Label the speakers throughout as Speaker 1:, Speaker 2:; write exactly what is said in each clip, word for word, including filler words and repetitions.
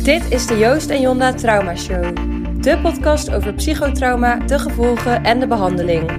Speaker 1: Dit is de Joost en Jonda Trauma Show. De podcast over psychotrauma, de gevolgen en de behandeling.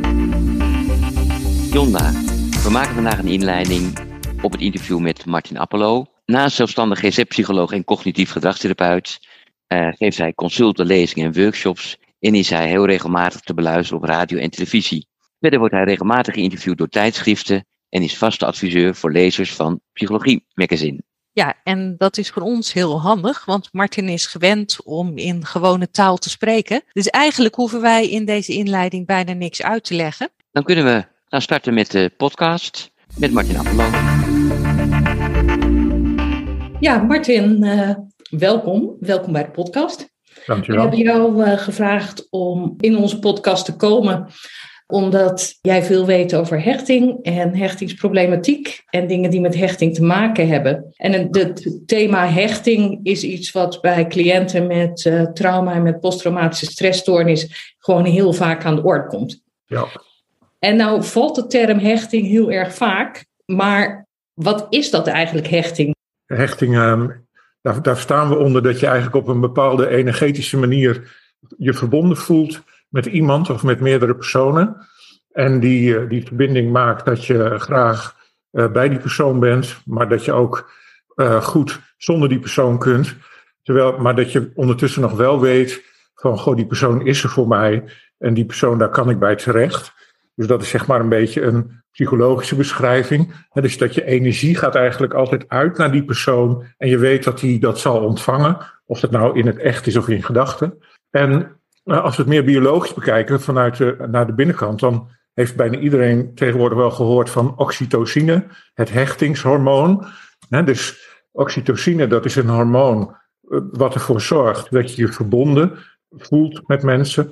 Speaker 2: Jonda, we maken vandaag een inleiding op het interview met Martin Appelo. Naast zelfstandig G Z-psycholoog en cognitief gedragstherapeut uh, geeft hij consulten, lezingen en workshops en is hij heel regelmatig te beluisteren op radio en televisie. Verder wordt hij regelmatig geïnterviewd door tijdschriften en is vaste adviseur voor lezers van Psychologie Magazine.
Speaker 3: Ja, en dat is voor ons heel handig, want Martin is gewend om in gewone taal te spreken. Dus eigenlijk hoeven wij in deze inleiding bijna niks uit te leggen.
Speaker 2: Dan kunnen we gaan starten met de podcast met Martin Appelo.
Speaker 4: Ja, Martin, uh, welkom. Welkom bij de podcast.
Speaker 5: Dankjewel.
Speaker 4: We hebben jou uh, gevraagd om in onze podcast te komen, omdat jij veel weet over hechting en hechtingsproblematiek en dingen die met hechting te maken hebben. En het, het thema hechting is iets wat bij cliënten met uh, trauma en met posttraumatische stressstoornis gewoon heel vaak aan de orde komt.
Speaker 5: Ja.
Speaker 4: En nou valt de term hechting heel erg vaak, maar wat is dat eigenlijk, hechting?
Speaker 5: Hechting, uh, daar, daar staan we onder dat je eigenlijk op een bepaalde energetische manier je verbonden voelt met iemand of met meerdere personen. En die, die verbinding maakt dat je graag uh, bij die persoon bent, maar dat je ook uh, goed zonder die persoon kunt. Terwijl, maar dat je ondertussen nog wel weet van, goh, die persoon is er voor mij en die persoon, daar kan ik bij terecht. Dus dat is zeg maar een beetje een psychologische beschrijving. En dus dat je energie gaat eigenlijk altijd uit naar die persoon en je weet dat hij dat zal ontvangen, of dat nou in het echt is of in gedachten. En als we het meer biologisch bekijken vanuit de, naar de binnenkant, dan heeft bijna iedereen tegenwoordig wel gehoord van oxytocine, het hechtingshormoon. Dus oxytocine, dat is een hormoon wat ervoor zorgt dat je je verbonden voelt met mensen.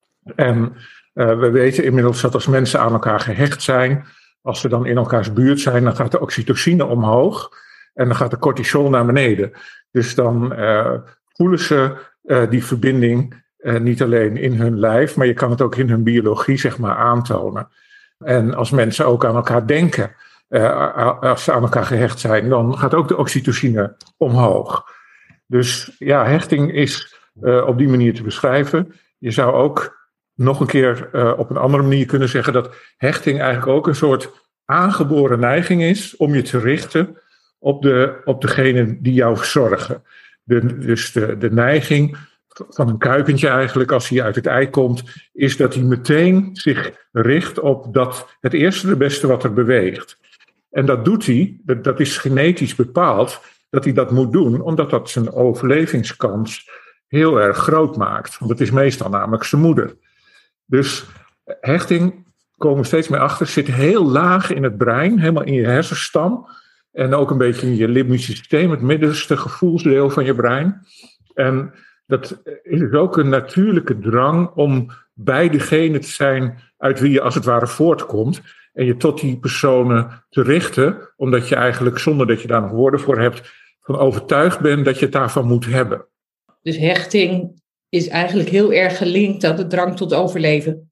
Speaker 5: En uh, we weten inmiddels dat als mensen aan elkaar gehecht zijn, als ze dan in elkaars buurt zijn, dan gaat de oxytocine omhoog en dan gaat de cortisol naar beneden. Dus dan uh, voelen ze uh, die verbinding Uh, niet alleen in hun lijf, maar je kan het ook in hun biologie zeg maar aantonen. En als mensen ook aan elkaar denken, uh, als ze aan elkaar gehecht zijn, dan gaat ook de oxytocine omhoog. Dus ja, hechting is uh, op die manier te beschrijven. Je zou ook nog een keer uh, op een andere manier kunnen zeggen dat hechting eigenlijk ook een soort aangeboren neiging is om je te richten op, de, op degene die jou verzorgen. De, dus de, de neiging van een kuikentje eigenlijk, als hij uit het ei komt, is dat hij meteen zich richt op dat het eerste de beste wat er beweegt. En dat doet hij, dat, dat is genetisch bepaald, dat hij dat moet doen, omdat dat zijn overlevingskans heel erg groot maakt. Want het is meestal namelijk zijn moeder. Dus hechting, komen we steeds meer achter, zit heel laag in het brein, helemaal in je hersenstam. En ook een beetje in je limbische systeem, het middenste gevoelsdeel van je brein. En dat is ook een natuurlijke drang om bij degene te zijn uit wie je als het ware voortkomt. En je tot die personen te richten, omdat je eigenlijk, zonder dat je daar nog woorden voor hebt, van overtuigd bent dat je het daarvan moet hebben.
Speaker 4: Dus hechting is eigenlijk heel erg gelinkt aan de drang tot overleven.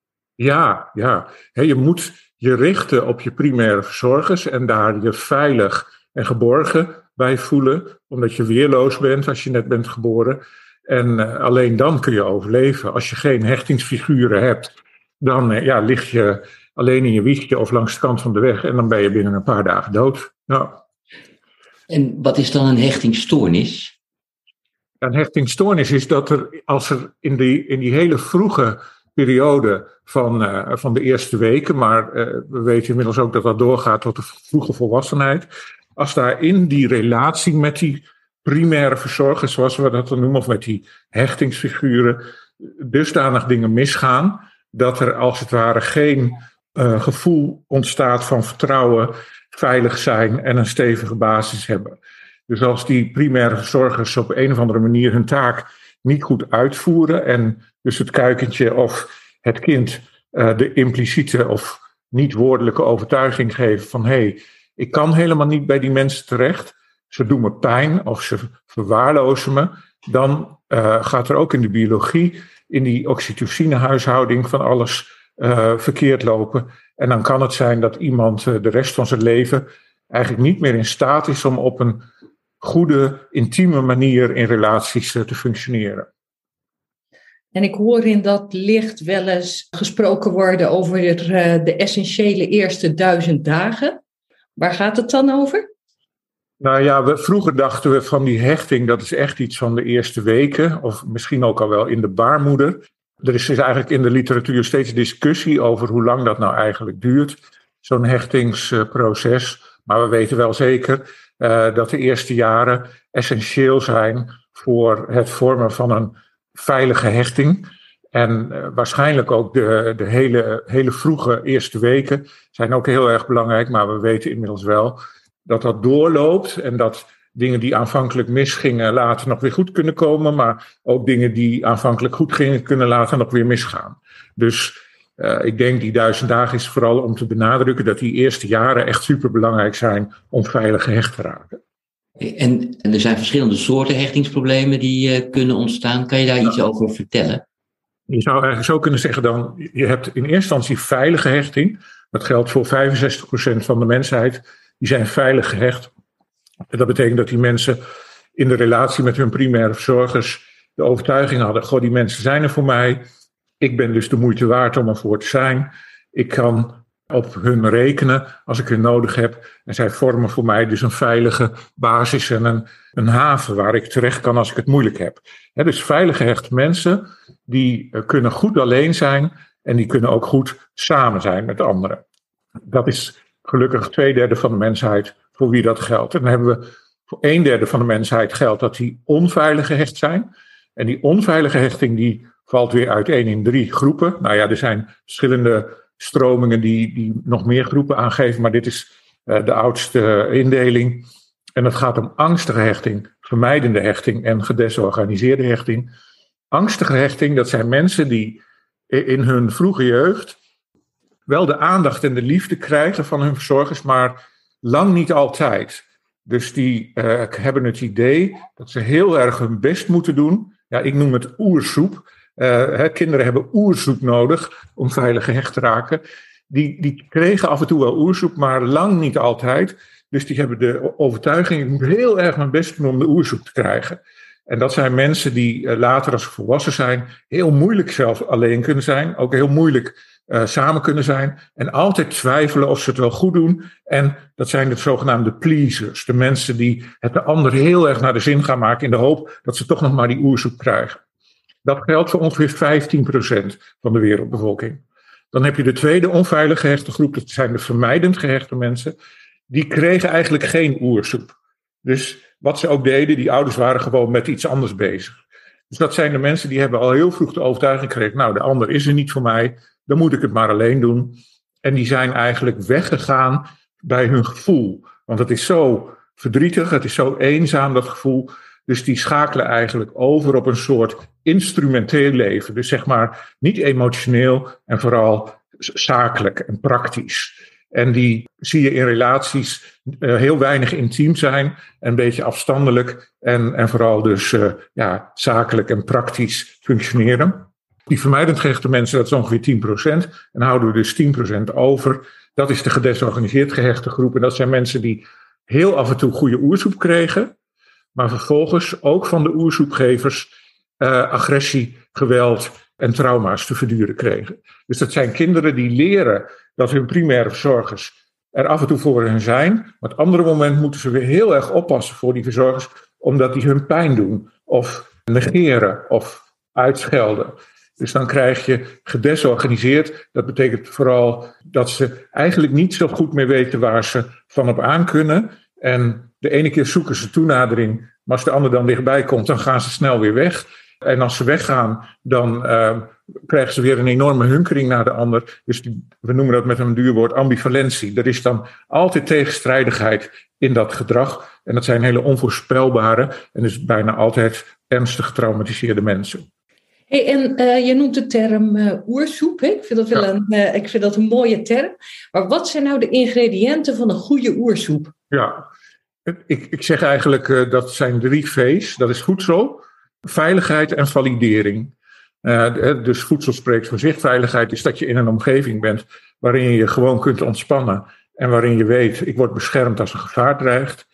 Speaker 5: Ja, ja. He, je moet je richten op je primaire verzorgers en daar je veilig en geborgen bij voelen, omdat je weerloos bent als je net bent geboren. En uh, alleen dan kun je overleven. Als je geen hechtingsfiguren hebt, dan uh, ja, lig je alleen in je wiegje of langs de kant van de weg en dan ben je binnen een paar dagen dood. Nou.
Speaker 2: En wat is dan een hechtingstoornis?
Speaker 5: Een hechtingstoornis is dat er, als er in die, in die hele vroege periode van, uh, van de eerste weken, maar uh, we weten inmiddels ook dat dat doorgaat tot de vroege volwassenheid, als daar in die relatie met die primaire verzorgers, zoals we dat dan noemen, of met die hechtingsfiguren, dusdanig dingen misgaan, dat er als het ware geen uh, gevoel ontstaat van vertrouwen, veilig zijn en een stevige basis hebben. Dus als die primaire verzorgers op een of andere manier hun taak niet goed uitvoeren en dus het kuikentje of het kind uh, de impliciete of niet woordelijke overtuiging geven van hé, hey, ik kan helemaal niet bij die mensen terecht, ze doen me pijn of ze verwaarlozen me, dan uh, gaat er ook in de biologie, in die oxytocine-huishouding van alles uh, verkeerd lopen. En dan kan het zijn dat iemand uh, de rest van zijn leven eigenlijk niet meer in staat is om op een goede, intieme manier in relaties te functioneren.
Speaker 4: En ik hoor in dat licht wel eens gesproken worden over de essentiële eerste duizend dagen. Waar gaat het dan over?
Speaker 5: Nou ja, we, vroeger dachten we van die hechting, dat is echt iets van de eerste weken. Of misschien ook al wel in de baarmoeder. Er is dus eigenlijk in de literatuur steeds discussie over hoe lang dat nou eigenlijk duurt. Zo'n hechtingsproces. Maar we weten wel zeker uh, dat de eerste jaren essentieel zijn voor het vormen van een veilige hechting. En uh, waarschijnlijk ook de, de hele, hele vroege eerste weken zijn ook heel erg belangrijk. Maar we weten inmiddels wel dat dat doorloopt en dat dingen die aanvankelijk misgingen later nog weer goed kunnen komen. Maar ook dingen die aanvankelijk goed gingen kunnen later nog weer misgaan. Dus uh, ik denk die duizend dagen is vooral om te benadrukken dat die eerste jaren echt superbelangrijk zijn om veilig gehecht te raken.
Speaker 2: En, en er zijn verschillende soorten hechtingsproblemen die uh, kunnen ontstaan. Kan je daar iets over vertellen?
Speaker 5: Je zou eigenlijk zo kunnen zeggen dan, je hebt in eerste instantie veilige hechting. Dat geldt voor vijfenzestig procent van de mensheid. Die zijn veilig gehecht. En dat betekent dat die mensen in de relatie met hun primaire verzorgers de overtuiging hadden, goh, die mensen zijn er voor mij. Ik ben dus de moeite waard om ervoor te zijn. Ik kan op hun rekenen als ik hun nodig heb. En zij vormen voor mij dus een veilige basis en een, een haven waar ik terecht kan als ik het moeilijk heb. He, dus veilig gehechte mensen, die uh, kunnen goed alleen zijn en die kunnen ook goed samen zijn met anderen. Dat is gelukkig twee derde van de mensheid voor wie dat geldt. En dan hebben we voor een derde van de mensheid geldt dat die onveilig gehecht zijn. En die onveilige hechting die valt weer uiteen in drie groepen. Nou ja, er zijn verschillende stromingen die, die nog meer groepen aangeven, maar dit is uh, de oudste indeling. En het gaat om angstige hechting, vermijdende hechting en gedesorganiseerde hechting. Angstige hechting, dat zijn mensen die in hun vroege jeugd wel de aandacht en de liefde krijgen van hun verzorgers, maar lang niet altijd. Dus die uh, hebben het idee dat ze heel erg hun best moeten doen. Ja, ik noem het oersoep. Uh, hè, kinderen hebben oersoep nodig om veilig gehecht te raken. Die, die kregen af en toe wel oersoep, maar lang niet altijd. Dus die hebben de overtuiging, ik moet heel erg mijn best doen om de oersoep te krijgen. En dat zijn mensen die uh, later als ze volwassen zijn heel moeilijk zelf alleen kunnen zijn. Ook heel moeilijk uh, samen kunnen zijn. En altijd twijfelen of ze het wel goed doen. En dat zijn de zogenaamde pleasers. De mensen die het de ander heel erg naar de zin gaan maken in de hoop dat ze toch nog maar die oersoep krijgen. Dat geldt voor ongeveer vijftien procent van de wereldbevolking. Dan heb je de tweede onveilig gehechte groep, dat zijn de vermijdend gehechte mensen. Die kregen eigenlijk geen oersoep. Dus wat ze ook deden, die ouders waren gewoon met iets anders bezig. Dus dat zijn de mensen die hebben al heel vroeg de overtuiging gekregen, nou, de ander is er niet voor mij, dan moet ik het maar alleen doen. En die zijn eigenlijk weggegaan bij hun gevoel. Want het is zo verdrietig, het is zo eenzaam, dat gevoel. Dus die schakelen eigenlijk over op een soort instrumenteel leven. Dus zeg maar niet emotioneel en vooral zakelijk en praktisch. En die zie je in relaties uh, heel weinig intiem zijn. Een beetje afstandelijk en, en vooral dus uh, ja, zakelijk en praktisch functioneren. Die vermijdend gehechte mensen, dat is ongeveer tien procent. En houden we dus tien procent over. Dat is de gedesorganiseerd gehechte groep. En dat zijn mensen die heel af en toe goede oersoep kregen. Maar vervolgens ook van de oersoepgevers uh, agressie, geweld en trauma's te verduren kregen. Dus dat zijn kinderen die leren dat hun primaire verzorgers er af en toe voor hen zijn. Maar op het andere moment moeten ze weer heel erg oppassen voor die verzorgers, omdat die hun pijn doen of negeren of uitschelden. Dus dan krijg je gedesorganiseerd. Dat betekent vooral dat ze eigenlijk niet zo goed meer weten waar ze van op aan kunnen. En de ene keer zoeken ze toenadering, maar als de ander dan dichtbij komt, dan gaan ze snel weer weg. En als ze weggaan, dan uh, krijgen ze weer een enorme hunkering naar de ander. Dus die, we noemen dat met een duur woord ambivalentie. Er is dan altijd tegenstrijdigheid in dat gedrag. En dat zijn hele onvoorspelbare en dus bijna altijd ernstig getraumatiseerde mensen.
Speaker 4: Hey, en uh, je noemt de term uh, oersoep. Hè? Ik vind dat wel ja. een, uh, ik vind dat een mooie term. Maar wat zijn nou de ingrediënten van een goede oersoep?
Speaker 5: Ja, ik, ik zeg eigenlijk uh, dat zijn drie V's. Dat is voedsel, veiligheid en validering. Uh, dus voedsel spreekt voor zich. Veiligheid is dat je in een omgeving bent waarin je je gewoon kunt ontspannen. En waarin je weet, ik word beschermd als een gevaar dreigt.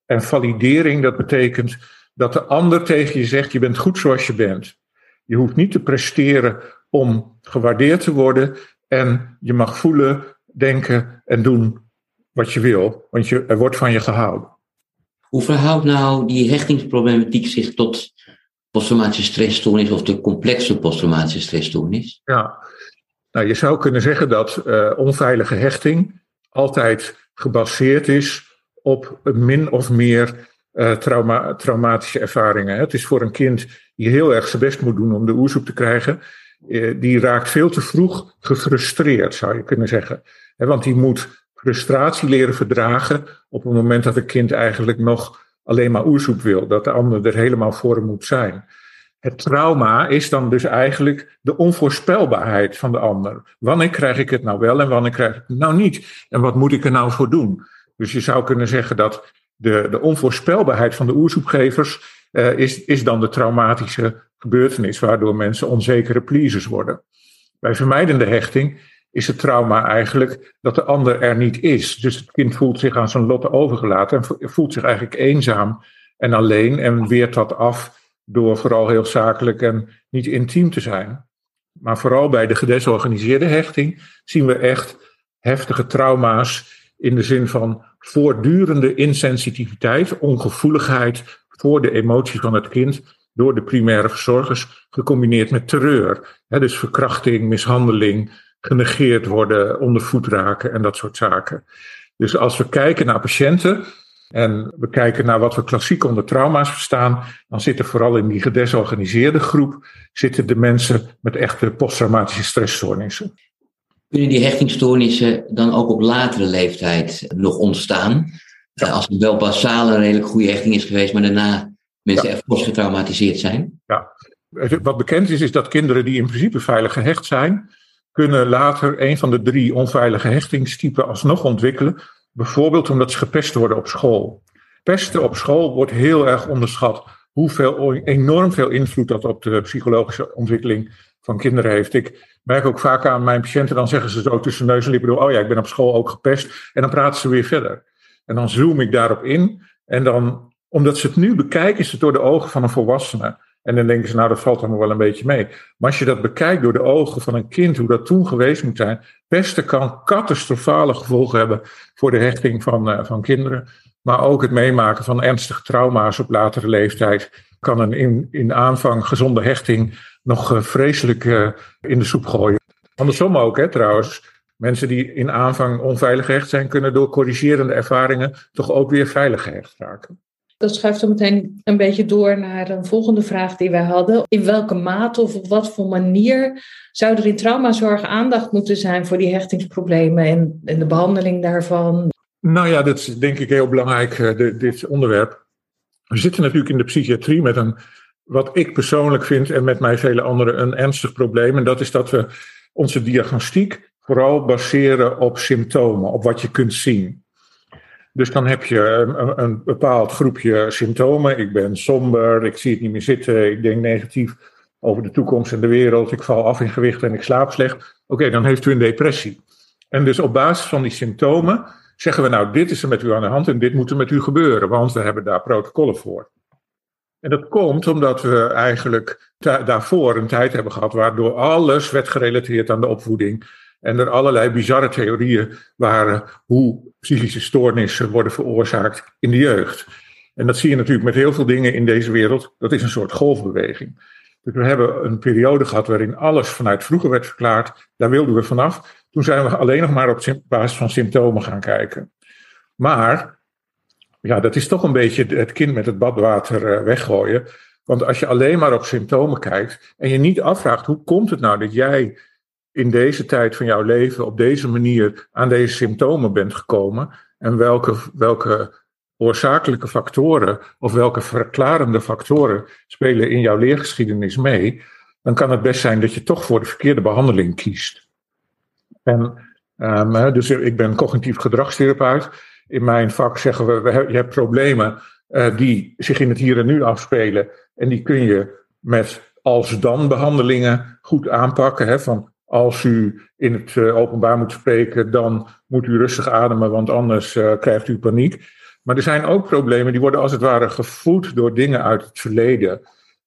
Speaker 5: En validering, dat betekent dat de ander tegen je zegt, je bent goed zoals je bent. Je hoeft niet te presteren om gewaardeerd te worden. En je mag voelen, denken en doen wat je wil. Want je, er wordt van je gehouden.
Speaker 2: Hoe verhoudt nou die hechtingsproblematiek zich tot posttraumatische stressstoornis of de complexe posttraumatische stressstoornis?
Speaker 5: Ja, nou je zou kunnen zeggen dat uh, onveilige hechting altijd gebaseerd is op min of meer uh, trauma, traumatische ervaringen. Het is voor een kind die heel erg zijn best moet doen om de oersoep te krijgen. Uh, die raakt veel te vroeg gefrustreerd, zou je kunnen zeggen. He, want die moet frustratie leren verdragen op het moment dat een kind eigenlijk nog alleen maar oersoep wil. Dat de ander er helemaal voor hem moet zijn. Het trauma is dan dus eigenlijk de onvoorspelbaarheid van de ander. Wanneer krijg ik het nou wel en wanneer krijg ik het nou niet? En wat moet ik er nou voor doen? Dus je zou kunnen zeggen dat de, de onvoorspelbaarheid van de oersoepgevers uh, is, is dan de traumatische gebeurtenis, waardoor mensen onzekere pleasers worden. Bij vermijdende hechting is het trauma eigenlijk dat de ander er niet is. Dus het kind voelt zich aan zijn lot overgelaten en voelt zich eigenlijk eenzaam en alleen en weert dat af door vooral heel zakelijk en niet intiem te zijn. Maar vooral bij de gedesorganiseerde hechting zien we echt heftige trauma's in de zin van voortdurende insensitiviteit, ongevoeligheid voor de emoties van het kind door de primaire verzorgers, gecombineerd met terreur. He, dus verkrachting, mishandeling, genegeerd worden, onder voet raken en dat soort zaken. Dus als we kijken naar patiënten en we kijken naar wat we klassiek onder trauma's verstaan, dan zitten vooral in die gedesorganiseerde groep zitten de mensen met echte posttraumatische stressstoornissen.
Speaker 2: Kunnen die hechtingsstoornissen dan ook op latere leeftijd nog ontstaan? Ja. Als het wel basaal een redelijk goede hechting is geweest, maar daarna mensen ja. erg getraumatiseerd zijn?
Speaker 5: Ja, wat bekend is, is dat kinderen die in principe veilig gehecht zijn, kunnen later een van de drie onveilige hechtingstypen alsnog ontwikkelen. Bijvoorbeeld omdat ze gepest worden op school. Pesten op school wordt heel erg onderschat. Hoeveel enorm veel invloed dat op de psychologische ontwikkeling van kinderen heeft. Ik merk ook vaak aan mijn patiënten, dan zeggen ze zo tussen neus en lippen door, oh ja, ik ben op school ook gepest. En dan praten ze weer verder. En dan zoom ik daarop in. En dan, omdat ze het nu bekijken, is het door de ogen van een volwassene. En dan denken ze, nou dat valt allemaal wel een beetje mee. Maar als je dat bekijkt door de ogen van een kind, hoe dat toen geweest moet zijn, pesten kan catastrofale gevolgen hebben voor de hechting van, uh, van kinderen. Maar ook het meemaken van ernstige trauma's op latere leeftijd kan een in, in aanvang gezonde hechting nog uh, vreselijk uh, in de soep gooien. Andersom ook, hè, trouwens. Mensen die in aanvang onveilig gehecht zijn, kunnen door corrigerende ervaringen toch ook weer veilig gehecht raken.
Speaker 4: Dat schuift zo meteen een beetje door naar een volgende vraag die wij hadden. In welke mate of op wat voor manier zou er in traumazorg aandacht moeten zijn voor die hechtingsproblemen en, en de behandeling daarvan?
Speaker 5: Nou ja, dat is denk ik heel belangrijk, de, dit onderwerp. We zitten natuurlijk in de psychiatrie met een, wat ik persoonlijk vind en met mij vele anderen, een ernstig probleem. En dat is dat we onze diagnostiek vooral baseren op symptomen, op wat je kunt zien. Dus dan heb je een, een bepaald groepje symptomen. Ik ben somber, ik zie het niet meer zitten, ik denk negatief over de toekomst en de wereld, ik val af in gewicht en ik slaap slecht. Oké, okay, dan heeft u een depressie. En dus op basis van die symptomen zeggen we, nou, dit is er met u aan de hand en dit moet er met u gebeuren, want we hebben daar protocollen voor. En dat komt omdat we eigenlijk ta- daarvoor een tijd hebben gehad waardoor alles werd gerelateerd aan de opvoeding. En er allerlei bizarre theorieën waren hoe psychische stoornissen worden veroorzaakt in de jeugd. En dat zie je natuurlijk met heel veel dingen in deze wereld. Dat is een soort golfbeweging. Dus we hebben een periode gehad waarin alles vanuit vroeger werd verklaard. Daar wilden we vanaf. Toen zijn we alleen nog maar op basis van symptomen gaan kijken. Maar ja, dat is toch een beetje het kind met het badwater weggooien. Want als je alleen maar op symptomen kijkt en je niet afvraagt, hoe komt het nou dat jij in deze tijd van jouw leven op deze manier aan deze symptomen bent gekomen en welke, welke oorzakelijke factoren of welke verklarende factoren spelen in jouw leergeschiedenis mee, dan kan het best zijn dat je toch voor de verkeerde behandeling kiest. En, um, dus ik ben cognitief gedragstherapeut. In mijn vak zeggen we, we je hebt problemen uh, die zich in het hier en nu afspelen en die kun je met als-dan behandelingen goed aanpakken, hè, van als u in het uh, openbaar moet spreken, dan moet u rustig ademen, want anders uh, krijgt u paniek. Maar er zijn ook problemen die worden als het ware gevoed door dingen uit het verleden.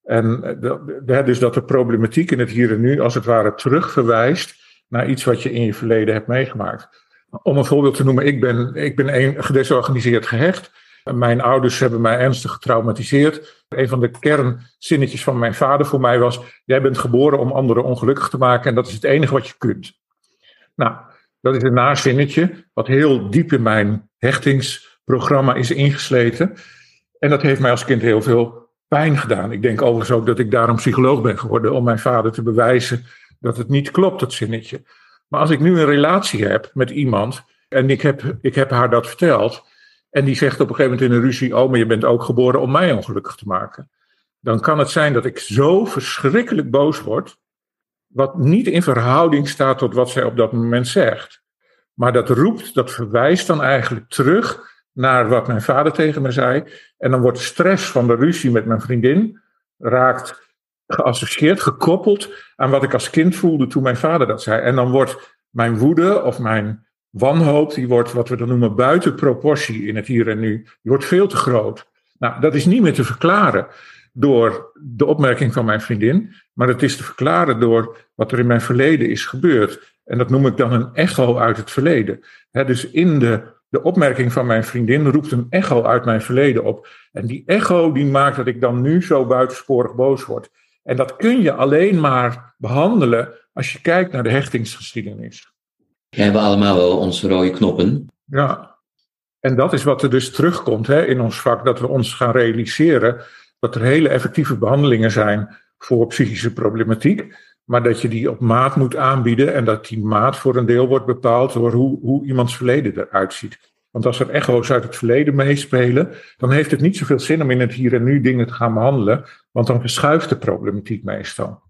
Speaker 5: En uh, dus dat de problematiek in het hier en nu als het ware terugverwijst naar iets wat je in je verleden hebt meegemaakt. Om een voorbeeld te noemen, ik ben, ik ben een, gedesorganiseerd gehecht. Mijn ouders hebben mij ernstig getraumatiseerd. Een van de kernzinnetjes van mijn vader voor mij was: jij bent geboren om anderen ongelukkig te maken en dat is het enige wat je kunt. Nou, dat is een nazinnetje wat heel diep in mijn hechtingsprogramma is ingesleten. En dat heeft mij als kind heel veel pijn gedaan. Ik denk overigens ook dat ik daarom psycholoog ben geworden, om mijn vader te bewijzen dat het niet klopt, dat zinnetje. Maar als ik nu een relatie heb met iemand en ik heb, ik heb haar dat verteld en die zegt op een gegeven moment in een ruzie: oh, maar je bent ook geboren om mij ongelukkig te maken. Dan kan het zijn dat ik zo verschrikkelijk boos word, wat niet in verhouding staat tot wat zij op dat moment zegt. Maar dat roept, dat verwijst dan eigenlijk terug naar wat mijn vader tegen me zei. En dan wordt de stress van de ruzie met mijn vriendin raakt geassocieerd, gekoppeld aan wat ik als kind voelde toen mijn vader dat zei. En dan wordt mijn woede of mijn wanhoop, die wordt wat we dan noemen buiten proportie in het hier en nu, die wordt veel te groot. Nou, dat is niet meer te verklaren door de opmerking van mijn vriendin, maar het is te verklaren door wat er in mijn verleden is gebeurd. En dat noem ik dan een echo uit het verleden. He, dus in de, de opmerking van mijn vriendin roept een echo uit mijn verleden op. En die echo die maakt dat ik dan nu zo buitensporig boos word. En dat kun je alleen maar behandelen als je kijkt naar de hechtingsgeschiedenis.
Speaker 2: We hebben allemaal wel onze rode knoppen.
Speaker 5: Ja, en dat is wat er dus terugkomt hè, in ons vak, dat we ons gaan realiseren dat er hele effectieve behandelingen zijn voor psychische problematiek, maar dat je die op maat moet aanbieden en dat die maat voor een deel wordt bepaald door hoe, hoe iemands verleden eruit ziet. Want als er echo's uit het verleden meespelen, dan heeft het niet zoveel zin om in het hier en nu dingen te gaan behandelen, want dan verschuift de problematiek meestal.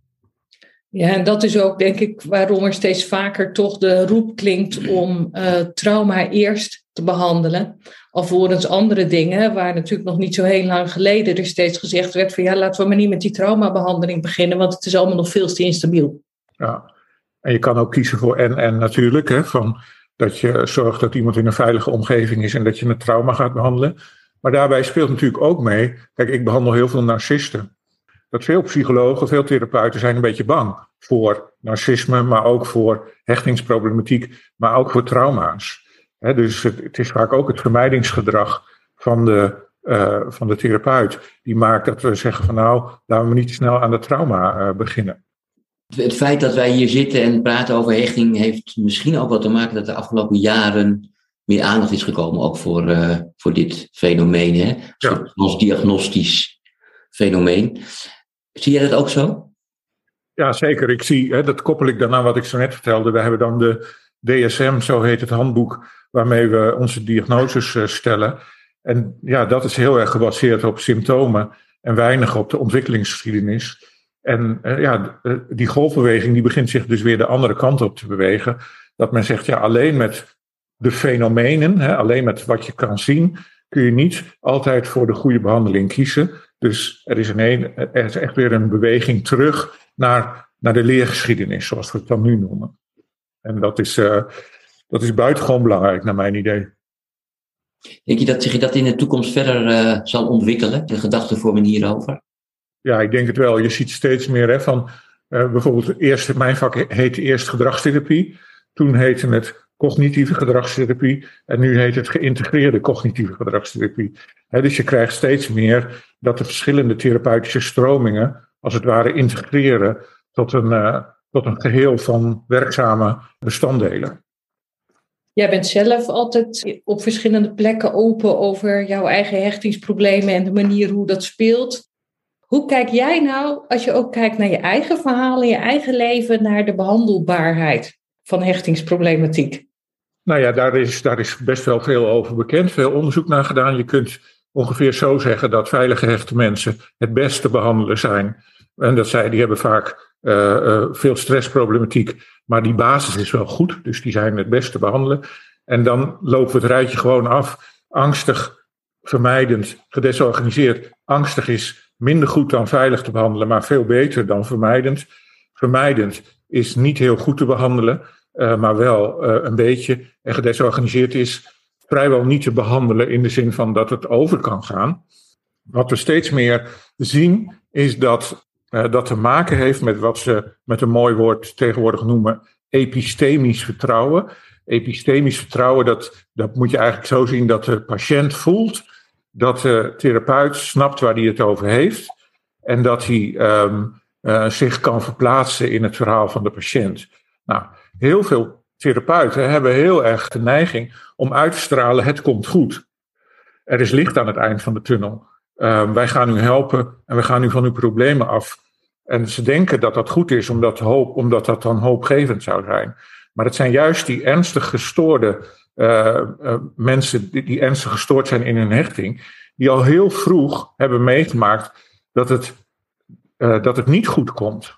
Speaker 4: Ja, en dat is ook denk ik waarom er steeds vaker toch de roep klinkt om uh, trauma eerst te behandelen. Alvorens andere dingen, waar natuurlijk nog niet zo heel lang geleden er steeds gezegd werd van ja, laten we maar niet met die traumabehandeling beginnen, want het is allemaal nog veel te instabiel.
Speaker 5: Ja, en je kan ook kiezen voor en en natuurlijk, hè, van dat je zorgt dat iemand in een veilige omgeving is en dat je het trauma gaat behandelen. Maar daarbij speelt natuurlijk ook mee, kijk, ik behandel heel veel narcisten. Dat veel psychologen, veel therapeuten zijn een beetje bang voor narcisme, maar ook voor hechtingsproblematiek, maar ook voor trauma's. He, dus het, het is vaak ook het vermijdingsgedrag van de, uh, van de therapeut die maakt dat we zeggen van nou, laten we niet te snel aan de trauma uh, beginnen.
Speaker 2: Het feit dat wij hier zitten en praten over hechting heeft misschien ook wel te maken dat de afgelopen jaren meer aandacht is gekomen ook voor, uh, voor dit fenomeen. Hè?
Speaker 5: Ja.
Speaker 2: Als diagnostisch fenomeen. Zie jij dat ook zo?
Speaker 5: Ja, zeker. Ik zie, hè, dat koppel ik dan aan wat ik zo net vertelde. We hebben dan de D S M, zo heet het handboek, waarmee we onze diagnoses uh, stellen. En ja, dat is heel erg gebaseerd op symptomen en weinig op de ontwikkelingsgeschiedenis. En uh, ja, die golfbeweging die begint zich dus weer de andere kant op te bewegen. Dat men zegt, ja, alleen met de fenomenen, hè, alleen met wat je kan zien, kun je niet altijd voor de goede behandeling kiezen. Dus er is, een, er is echt weer een beweging terug naar, naar de leergeschiedenis, zoals we het dan nu noemen. En dat is, uh, dat is buitengewoon belangrijk, naar mijn idee.
Speaker 2: Denk je dat zich dat in de toekomst verder uh, zal ontwikkelen, de gedachtenvorming hierover?
Speaker 5: Ja, ik denk het wel. Je ziet steeds meer hè, van, uh, bijvoorbeeld, eerst, mijn vak heette eerst gedragstherapie. Toen heette het cognitieve gedragstherapie. En nu heet het geïntegreerde cognitieve gedragstherapie. He, dus je krijgt steeds meer dat de verschillende therapeutische stromingen, als het ware, integreren tot een, uh, tot een geheel van werkzame bestanddelen.
Speaker 4: Jij bent zelf altijd op verschillende plekken open over jouw eigen hechtingsproblemen en de manier hoe dat speelt. Hoe kijk jij nou, als je ook kijkt naar je eigen verhalen, je eigen leven, naar de behandelbaarheid van hechtingsproblematiek?
Speaker 5: Nou ja, daar is, daar is best wel veel over bekend, veel onderzoek naar gedaan. Je kunt ongeveer zo zeggen dat veilig gehechte mensen het beste te behandelen zijn. En dat zij, die hebben vaak uh, uh, veel stressproblematiek, maar die basis is wel goed, dus die zijn het beste te behandelen. En dan lopen we het rijtje gewoon af. Angstig, vermijdend, gedesorganiseerd. Angstig is minder goed dan veilig te behandelen, maar veel beter dan vermijdend. Vermijdend is niet heel goed te behandelen, uh, maar wel uh, een beetje. En gedesorganiseerd is vrijwel niet te behandelen in de zin van dat het over kan gaan. Wat we steeds meer zien is dat uh, dat te maken heeft met wat ze met een mooi woord tegenwoordig noemen epistemisch vertrouwen. Epistemisch vertrouwen, dat, dat moet je eigenlijk zo zien dat de patiënt voelt dat de therapeut snapt waar hij het over heeft en dat hij um, uh, zich kan verplaatsen in het verhaal van de patiënt. Nou, heel veel therapeuten hebben heel erg de neiging om uit te stralen, het komt goed. Er is licht aan het eind van de tunnel. Uh, wij gaan u helpen en we gaan u van uw problemen af. En ze denken dat dat goed is, omdat, hoop, omdat dat dan hoopgevend zou zijn. Maar het zijn juist die ernstig gestoorde uh, uh, mensen die, die ernstig gestoord zijn in hun hechting, die al heel vroeg hebben meegemaakt dat het, uh, dat het niet goed komt.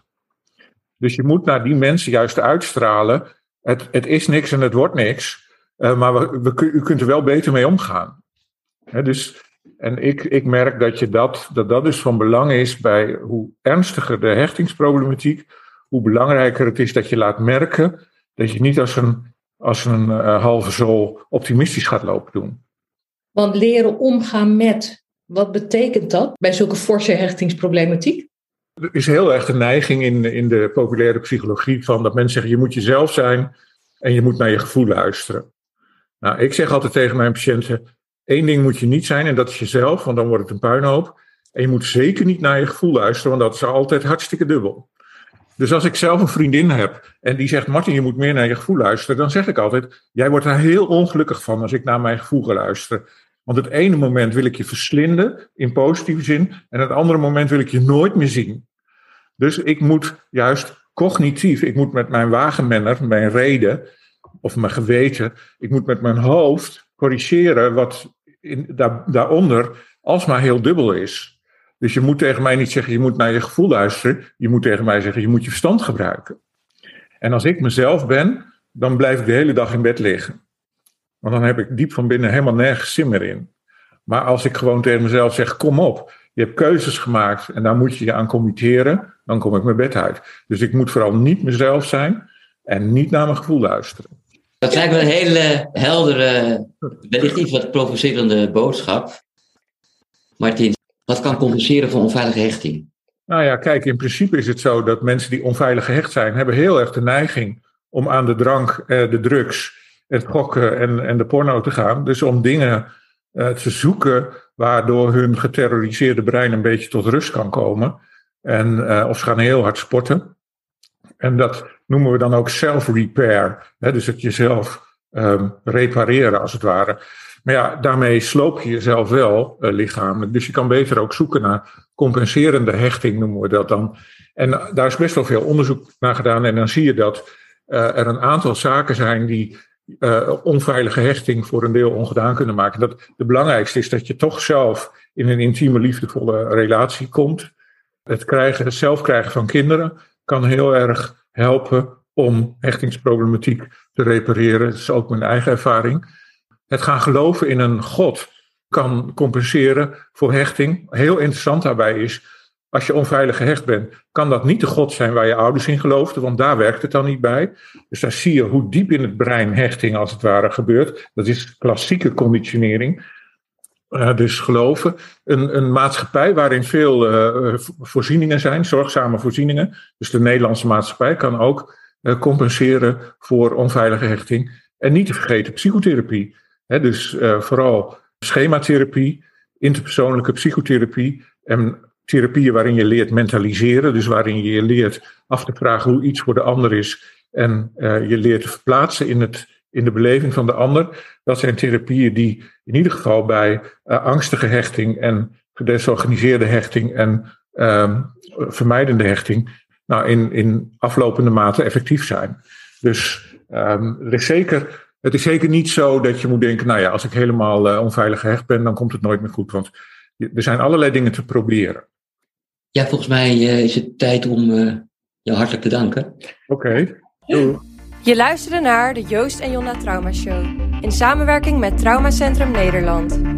Speaker 5: Dus je moet naar die mensen juist uitstralen, het, het is niks en het wordt niks, uh, maar we, we, u kunt er wel beter mee omgaan. He, dus, en ik, ik merk dat, je dat, dat dat dus van belang is bij hoe ernstiger de hechtingsproblematiek, hoe belangrijker het is dat je laat merken dat je niet als een, als een uh, halve zool optimistisch gaat lopen doen.
Speaker 4: Want leren omgaan met, wat betekent dat bij zulke forse hechtingsproblematiek?
Speaker 5: Er is heel erg de neiging in, in de populaire psychologie van dat mensen zeggen je moet jezelf zijn en je moet naar je gevoel luisteren. Nou, ik zeg altijd tegen mijn patiënten, één ding moet je niet zijn en dat is jezelf, want dan wordt het een puinhoop. En je moet zeker niet naar je gevoel luisteren, want dat is altijd hartstikke dubbel. Dus als ik zelf een vriendin heb en die zegt, Martin, je moet meer naar je gevoel luisteren, dan zeg ik altijd, jij wordt er heel ongelukkig van als ik naar mijn gevoel ga luisteren. Want het ene moment wil ik je verslinden, in positieve zin, en het andere moment wil ik je nooit meer zien. Dus ik moet juist cognitief, ik moet met mijn wagenmenner, mijn reden, of mijn geweten, ik moet met mijn hoofd corrigeren wat in, daar, daaronder alsmaar heel dubbel is. Dus je moet tegen mij niet zeggen, je moet naar je gevoel luisteren. Je moet tegen mij zeggen, je moet je verstand gebruiken. En als ik mezelf ben, dan blijf ik de hele dag in bed liggen. Want dan heb ik diep van binnen helemaal nergens zin meer in. Maar als ik gewoon tegen mezelf zeg, kom op, je hebt keuzes gemaakt en daar moet je je aan committeren, dan kom ik mijn bed uit. Dus ik moet vooral niet mezelf zijn en niet naar mijn gevoel luisteren.
Speaker 2: Dat lijkt me een hele heldere, wellicht iets wat provocerende boodschap. Martin, wat kan compenseren voor onveilige hechting?
Speaker 5: Nou ja, kijk, in principe is het zo dat mensen die onveilig gehecht zijn, hebben heel erg de neiging om aan de drank, de drugs, het gokken en, en de porno te gaan. Dus om dingen uh, te zoeken waardoor hun geterroriseerde brein een beetje tot rust kan komen. En, uh, of ze gaan heel hard sporten. En dat noemen we dan ook self-repair. Hè, dus het jezelf um, repareren als het ware. Maar ja, daarmee sloop je jezelf wel uh, lichamelijk. Dus je kan beter ook zoeken naar compenserende hechting, noemen we dat dan. En uh, daar is best wel veel onderzoek naar gedaan. En dan zie je dat uh, er een aantal zaken zijn die uh, onveilige hechting voor een deel ongedaan kunnen maken. Dat de belangrijkste is dat je toch zelf in een intieme, liefdevolle relatie komt. Het, krijgen, het zelf krijgen van kinderen kan heel erg helpen om hechtingsproblematiek te repareren. Dat is ook mijn eigen ervaring. Het gaan geloven in een God kan compenseren voor hechting. Heel interessant daarbij is, als je onveilig gehecht bent, kan dat niet de God zijn waar je ouders in geloofden, want daar werkt het dan niet bij. Dus daar zie je hoe diep in het brein hechting als het ware gebeurt. Dat is klassieke conditionering. Uh, dus geloven. Een, een maatschappij waarin veel uh, voorzieningen zijn, zorgzame voorzieningen. Dus de Nederlandse maatschappij kan ook uh, compenseren voor onveilige hechting. En niet te vergeten psychotherapie. He, dus uh, vooral schematherapie, interpersoonlijke psychotherapie en therapieën waarin je leert mentaliseren. Dus waarin je leert af te vragen hoe iets voor de ander is en uh, je leert te verplaatsen in, het, in de beleving van de ander. Dat zijn therapieën die in ieder geval bij uh, angstige hechting en gedesorganiseerde hechting en uh, vermijdende hechting nou, in, in aflopende mate effectief zijn. Dus um, er is zeker... Het is zeker niet zo dat je moet denken, nou ja, als ik helemaal uh, onveilig gehecht ben, dan komt het nooit meer goed. Want er zijn allerlei dingen te proberen.
Speaker 2: Ja, volgens mij uh, is het tijd om uh, jou hartelijk te danken.
Speaker 5: Oké. Okay.
Speaker 1: Je luisterde naar de Joost en Jonna Trauma Show in samenwerking met Traumacentrum Nederland.